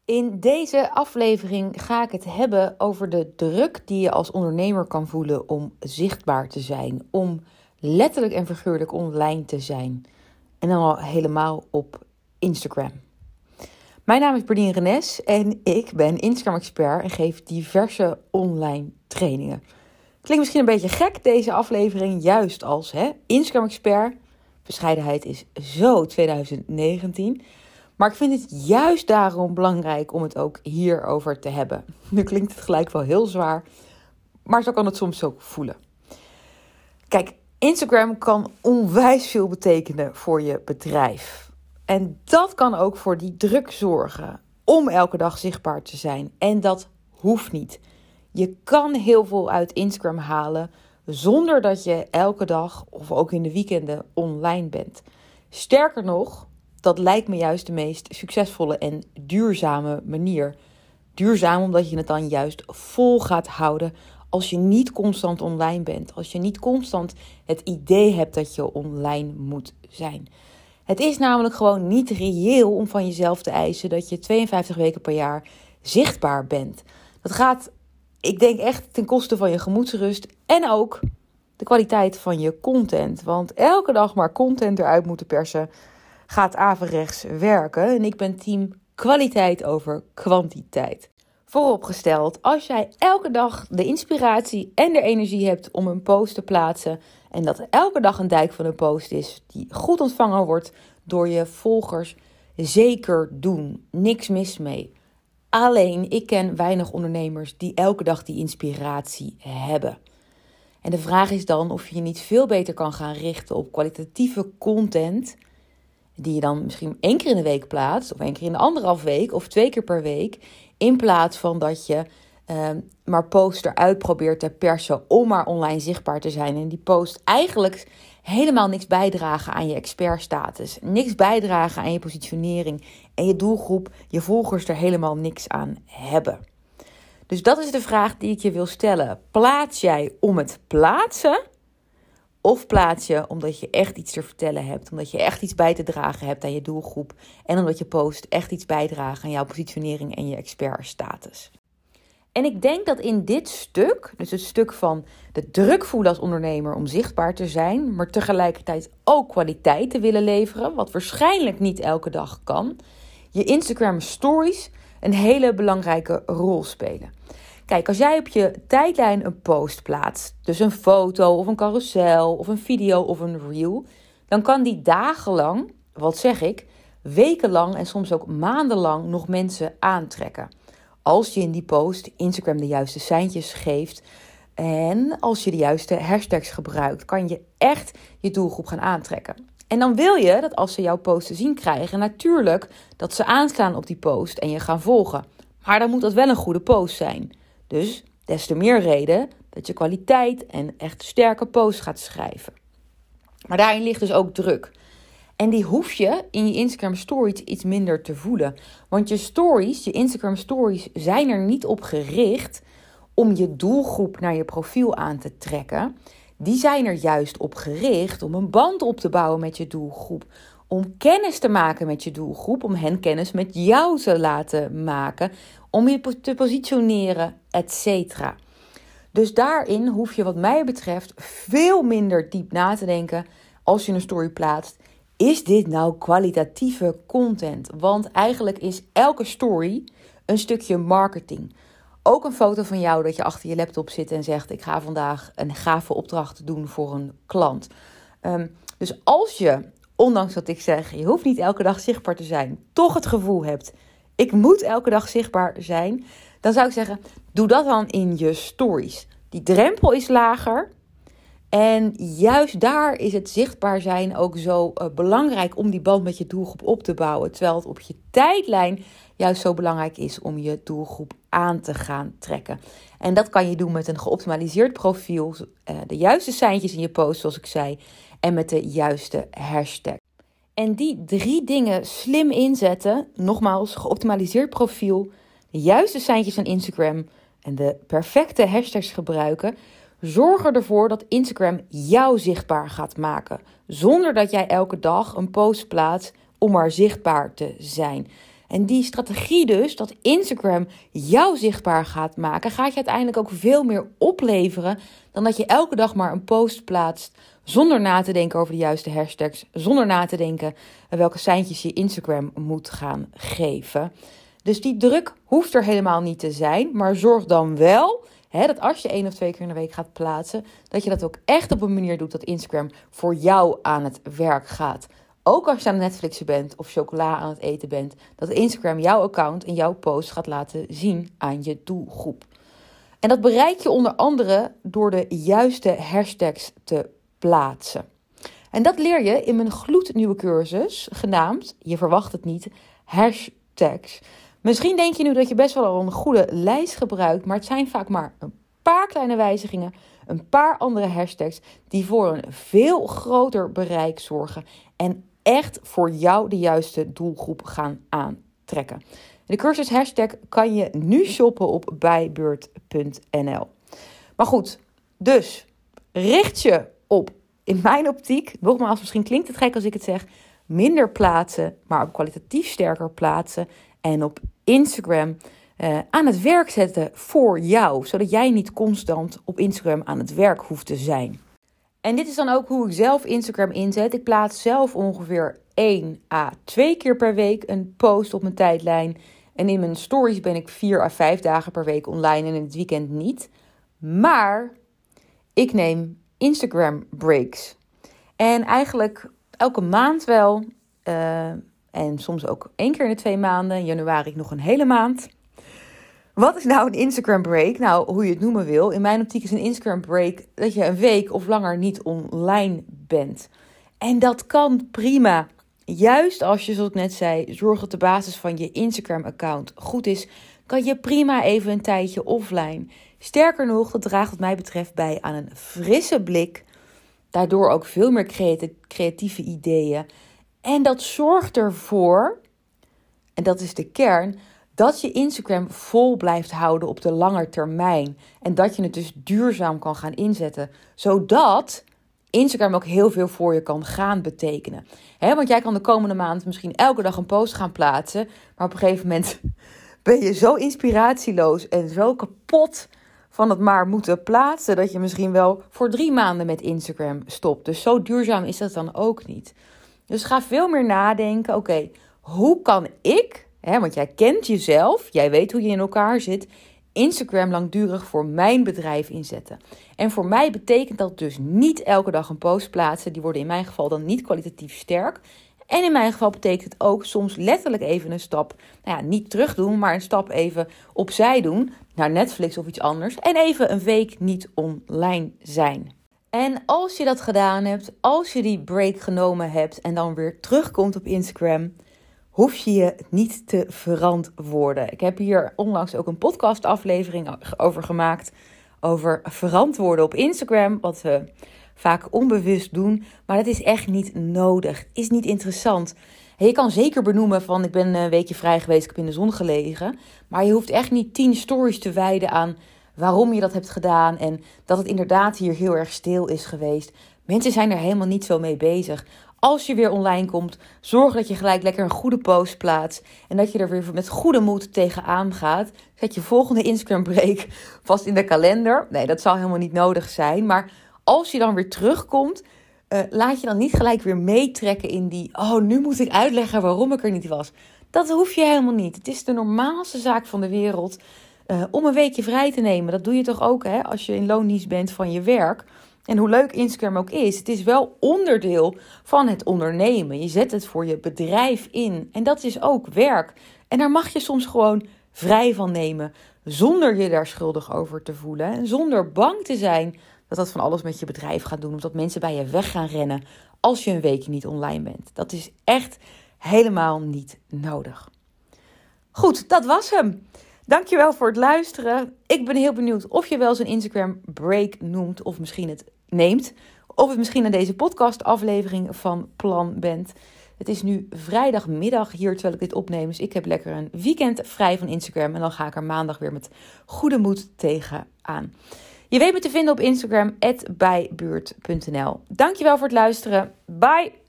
In deze aflevering ga ik het hebben over de druk die je als ondernemer kan voelen om zichtbaar te zijn. Om letterlijk en figuurlijk online te zijn. En dan al helemaal op Instagram. Mijn naam is Berdien Renesse en ik ben Instagram-expert en geef diverse online trainingen. Klinkt misschien een beetje gek deze aflevering, juist als Instagram-expert. Bescheidenheid is zo 2019. Maar ik vind het juist daarom belangrijk om het ook hierover te hebben. Nu klinkt het gelijk wel heel zwaar, maar zo kan het soms ook voelen. Kijk, Instagram kan onwijs veel betekenen voor je bedrijf. En dat kan ook voor die druk zorgen om elke dag zichtbaar te zijn. En dat hoeft niet. Je kan heel veel uit Instagram halen zonder dat je elke dag of ook in de weekenden online bent. Sterker nog, dat lijkt me juist de meest succesvolle en duurzame manier. Duurzaam omdat je het dan juist vol gaat houden als je niet constant online bent. Als je niet constant het idee hebt dat je online moet zijn. Het is namelijk gewoon niet reëel om van jezelf te eisen dat je 52 weken per jaar zichtbaar bent. Dat gaat, ik denk echt ten koste van je gemoedsrust en ook de kwaliteit van je content. Want elke dag maar content eruit moeten persen gaat averechts werken. En ik ben team kwaliteit over kwantiteit. Vooropgesteld, als jij elke dag de inspiratie en de energie hebt om een post te plaatsen en dat elke dag een dijk van een post is die goed ontvangen wordt door je volgers, zeker doen. Niks mis mee. Alleen, ik ken weinig ondernemers die elke dag die inspiratie hebben. En de vraag is dan of je je niet veel beter kan gaan richten op kwalitatieve content die je dan misschien 1 keer in de week plaatst, of 1 keer in de 1,5 week, of 2 keer per week, in plaats van dat je maar posts eruit probeert te persen om maar online zichtbaar te zijn. En die post eigenlijk helemaal niks bijdragen aan je expertstatus, niks bijdragen aan je positionering en je doelgroep, je volgers er helemaal niks aan hebben. Dus dat is de vraag die ik je wil stellen. Plaats jij om het plaatsen? Of plaats je omdat je echt iets te vertellen hebt, omdat je echt iets bij te dragen hebt aan je doelgroep en omdat je post echt iets bijdraagt aan jouw positionering en je expertstatus. En ik denk dat in dit stuk, dus het stuk van de druk voelen als ondernemer om zichtbaar te zijn, maar tegelijkertijd ook kwaliteit te willen leveren, wat waarschijnlijk niet elke dag kan, je Instagram stories een hele belangrijke rol spelen. Kijk, als jij op je tijdlijn een post plaatst, dus een foto of een carousel of een video of een reel, dan kan die dagenlang, wat zeg ik, wekenlang en soms ook maandenlang nog mensen aantrekken. Als je in die post Instagram de juiste seintjes geeft en als je de juiste hashtags gebruikt, kan je echt je doelgroep gaan aantrekken. En dan wil je dat als ze jouw post te zien krijgen, natuurlijk dat ze aanslaan op die post en je gaan volgen. Maar dan moet dat wel een goede post zijn. Dus des te meer reden dat je kwaliteit en echt sterke posts gaat schrijven. Maar daarin ligt dus ook druk. En die hoef je in je Instagram stories iets minder te voelen. Want je Instagram stories zijn er niet op gericht om je doelgroep naar je profiel aan te trekken. Die zijn er juist op gericht om een band op te bouwen met je doelgroep. Om kennis te maken met je doelgroep, om hen kennis met jou te laten maken, om je te positioneren, etc. Dus daarin hoef je wat mij betreft veel minder diep na te denken als je een story plaatst. Is dit nou kwalitatieve content? Want eigenlijk is elke story een stukje marketing. Ook een foto van jou dat je achter je laptop zit en zegt, ik ga vandaag een gave opdracht doen voor een klant. Dus als je, ondanks dat ik zeg, je hoeft niet elke dag zichtbaar te zijn, toch het gevoel hebt, ik moet elke dag zichtbaar zijn, dan zou ik zeggen, doe dat dan in je stories. Die drempel is lager en juist daar is het zichtbaar zijn ook zo belangrijk om die band met je doelgroep op te bouwen. Terwijl het op je tijdlijn juist zo belangrijk is om je doelgroep aan te gaan trekken. En dat kan je doen met een geoptimaliseerd profiel, de juiste seintjes in je post zoals ik zei en met de juiste hashtag. En die 3 dingen slim inzetten, nogmaals, geoptimaliseerd profiel, de juiste seintjes aan Instagram en de perfecte hashtags gebruiken, zorgen ervoor dat Instagram jou zichtbaar gaat maken. Zonder dat jij elke dag een post plaatst om maar zichtbaar te zijn. En die strategie dus, dat Instagram jou zichtbaar gaat maken, gaat je uiteindelijk ook veel meer opleveren dan dat je elke dag maar een post plaatst zonder na te denken over de juiste hashtags, zonder na te denken welke seintjes je Instagram moet gaan geven. Dus die druk hoeft er helemaal niet te zijn, maar zorg dan wel dat als je 1 of 2 keer in de week gaat plaatsen, dat je dat ook echt op een manier doet dat Instagram voor jou aan het werk gaat. Ook als je aan het Netflixen bent of chocola aan het eten bent, dat Instagram jouw account en jouw post gaat laten zien aan je doelgroep. En dat bereik je onder andere door de juiste hashtags te plaatsen. En dat leer je in mijn gloednieuwe cursus, genaamd, je verwacht het niet, hashtags. Misschien denk je nu dat je best wel al een goede lijst gebruikt, maar het zijn vaak maar een paar kleine wijzigingen, een paar andere hashtags die voor een veel groter bereik zorgen en echt voor jou de juiste doelgroep gaan aantrekken. De cursus hashtag kan je nu shoppen op bijbeurt.nl. Maar goed, dus richt je op, in mijn optiek, nogmaals, misschien klinkt het gek als ik het zeg, minder plaatsen, maar op kwalitatief sterker plaatsen en op Instagram aan het werk zetten voor jou, zodat jij niet constant op Instagram aan het werk hoeft te zijn. En dit is dan ook hoe ik zelf Instagram inzet. Ik plaats zelf ongeveer 1 à 2 keer per week een post op mijn tijdlijn. En in mijn stories ben ik 4 à 5 dagen per week online en in het weekend niet. Maar ik neem Instagram breaks. En eigenlijk elke maand wel. En soms ook 1 keer in de 2 maanden. In januari nog een hele maand. Wat is nou een Instagram break? Nou, hoe je het noemen wil. In mijn optiek is een Instagram break dat je een week of langer niet online bent. En dat kan prima. Juist als je, zoals ik net zei, zorgt dat de basis van je Instagram-account goed is, kan je prima even een tijdje offline. Sterker nog, dat draagt wat mij betreft bij aan een frisse blik. Daardoor ook veel meer creatieve ideeën. En dat zorgt ervoor, en dat is de kern, dat je Instagram vol blijft houden op de lange termijn. En dat je het dus duurzaam kan gaan inzetten. Zodat Instagram ook heel veel voor je kan gaan betekenen. Want jij kan de komende maand misschien elke dag een post gaan plaatsen. Maar op een gegeven moment ben je zo inspiratieloos en zo kapot van het maar moeten plaatsen, dat je misschien wel voor 3 maanden met Instagram stopt. Dus zo duurzaam is dat dan ook niet. Dus ga veel meer nadenken. Oké, hoe kan ik, want jij kent jezelf, jij weet hoe je in elkaar zit, Instagram langdurig voor mijn bedrijf inzetten. En voor mij betekent dat dus niet elke dag een post plaatsen. Die worden in mijn geval dan niet kwalitatief sterk. En in mijn geval betekent het ook soms letterlijk even een stap, niet terug doen, maar een stap even opzij doen, naar Netflix of iets anders. En even een week niet online zijn. En als je dat gedaan hebt, als je die break genomen hebt en dan weer terugkomt op Instagram, hoef je je niet te verantwoorden. Ik heb hier onlangs ook een podcastaflevering over gemaakt, over verantwoorden op Instagram, wat we vaak onbewust doen, maar dat is echt niet nodig. Het is niet interessant. Je kan zeker benoemen van ik ben een weekje vrij geweest, ik heb in de zon gelegen, maar je hoeft echt niet 10 stories te wijden aan waarom je dat hebt gedaan en dat het inderdaad hier heel erg stil is geweest. Mensen zijn er helemaal niet zo mee bezig. Als je weer online komt, zorg dat je gelijk lekker een goede post plaatst en dat je er weer met goede moed tegenaan gaat. Zet je volgende Instagram break vast in de kalender. Nee, dat zal helemaal niet nodig zijn, maar als je dan weer terugkomt, laat je dan niet gelijk weer meetrekken in die, nu moet ik uitleggen waarom ik er niet was. Dat hoef je helemaal niet. Het is de normaalste zaak van de wereld om een weekje vrij te nemen. Dat doe je toch ook als je in loondienst bent van je werk. En hoe leuk Instagram ook is, het is wel onderdeel van het ondernemen. Je zet het voor je bedrijf in en dat is ook werk. En daar mag je soms gewoon vrij van nemen, zonder je daar schuldig over te voelen. En zonder bang te zijn dat van alles met je bedrijf gaat doen, of dat mensen bij je weg gaan rennen als je een week niet online bent. Dat is echt helemaal niet nodig. Goed, dat was hem. Dankjewel voor het luisteren. Ik ben heel benieuwd of je wel eens een Instagram break noemt of misschien het neemt. Of het misschien aan deze podcastaflevering van plan bent. Het is nu vrijdagmiddag hier terwijl ik dit opneem. Dus ik heb lekker een weekend vrij van Instagram. En dan ga ik er maandag weer met goede moed tegenaan. Je weet me te vinden op Instagram @bijbuurt.nl. Dankjewel voor het luisteren. Bye!